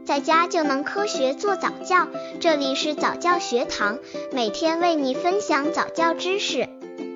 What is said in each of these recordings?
在家就能科学做早教。这里是早教学堂，每天为你分享早教知识。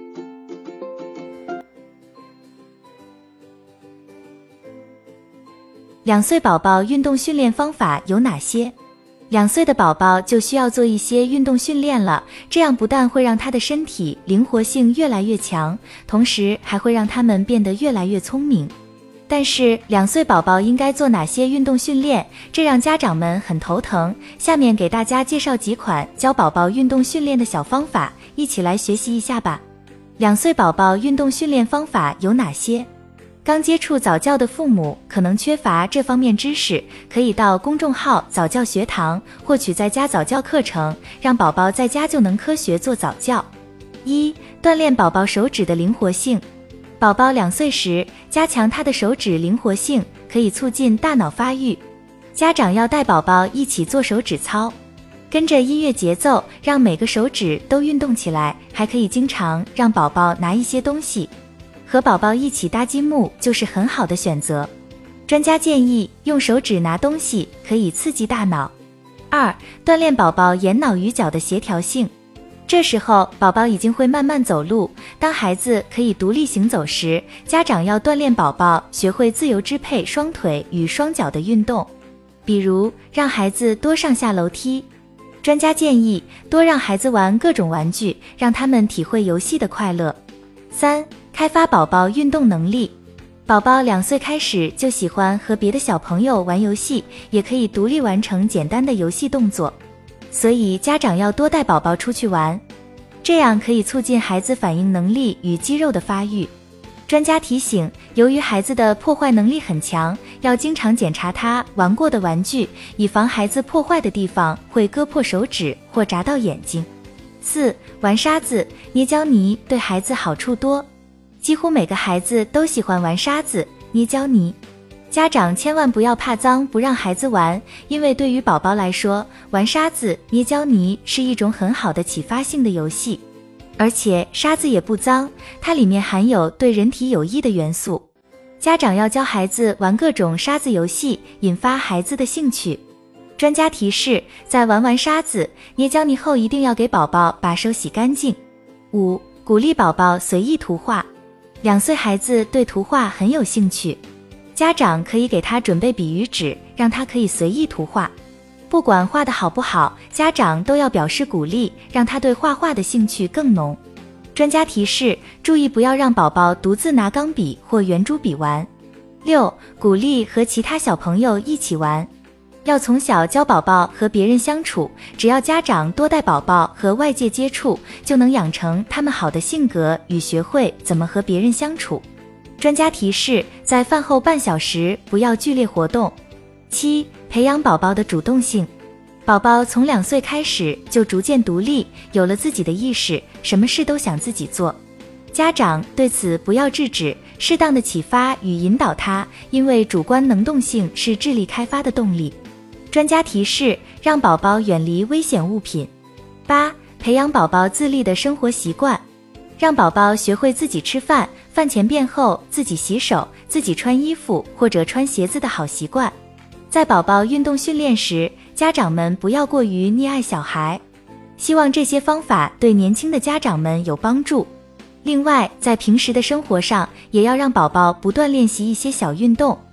2岁宝宝运动训练方法有哪些？2岁的宝宝就需要做一些运动训练了，这样不但会让他的身体灵活性越来越强，同时还会让他们变得越来越聪明。但是2岁宝宝应该做哪些运动训练？这让家长们很头疼。下面给大家介绍几款教宝宝运动训练的小方法，一起来学习一下吧。2岁宝宝运动训练方法有哪些？刚接触早教的父母可能缺乏这方面知识，可以到公众号早教学堂获取在家早教课程，让宝宝在家就能科学做早教。1. 锻炼宝宝手指的灵活性。宝宝2岁时，加强他的手指灵活性，可以促进大脑发育。家长要带宝宝一起做手指操，跟着音乐节奏，让每个手指都运动起来，还可以经常让宝宝拿一些东西。和宝宝一起搭积木就是很好的选择。专家建议用手指拿东西可以刺激大脑。2. 锻炼宝宝眼脑与脚的协调性。这时候宝宝已经会慢慢走路，当孩子可以独立行走时，家长要锻炼宝宝学会自由支配双腿与双脚的运动，比如让孩子多上下楼梯。专家建议多让孩子玩各种玩具，让他们体会游戏的快乐。3. 开发宝宝运动能力。宝宝2岁开始就喜欢和别的小朋友玩游戏，也可以独立完成简单的游戏动作，所以家长要多带宝宝出去玩，这样可以促进孩子反应能力与肌肉的发育。专家提醒，由于孩子的破坏能力很强，要经常检查他玩过的玩具，以防孩子破坏的地方会割破手指或砸到眼睛。4. 玩沙子、捏胶泥对孩子好处多。几乎每个孩子都喜欢玩沙子、捏胶泥。家长千万不要怕脏不让孩子玩，因为对于宝宝来说，玩沙子、捏胶泥是一种很好的启发性的游戏。而且沙子也不脏，它里面含有对人体有益的元素。家长要教孩子玩各种沙子游戏，引发孩子的兴趣。专家提示，在玩完沙子、捏胶泥后，一定要给宝宝把手洗干净。5. 鼓励宝宝随意图画。2岁孩子对图画很有兴趣，家长可以给他准备笔与纸，让他可以随意图画。不管画得好不好，家长都要表示鼓励，让他对画画的兴趣更浓。专家提示，注意不要让宝宝独自拿钢笔或圆珠笔玩。6. 鼓励和其他小朋友一起玩。要从小教宝宝和别人相处，只要家长多带宝宝和外界接触，就能养成他们好的性格与学会怎么和别人相处。专家提示，在饭后半小时不要剧烈活动。7. 培养宝宝的主动性。宝宝从2岁开始就逐渐独立，有了自己的意识，什么事都想自己做。家长对此不要制止，适当的启发与引导他，因为主观能动性是智力开发的动力。专家提示，让宝宝远离危险物品。8. 培养宝宝自立的生活习惯。让宝宝学会自己吃饭，饭前便后自己洗手，自己穿衣服或者穿鞋子的好习惯。在宝宝运动训练时，家长们不要过于溺爱小孩。希望这些方法对年轻的家长们有帮助。另外，在平时的生活上，也要让宝宝不断练习一些小运动，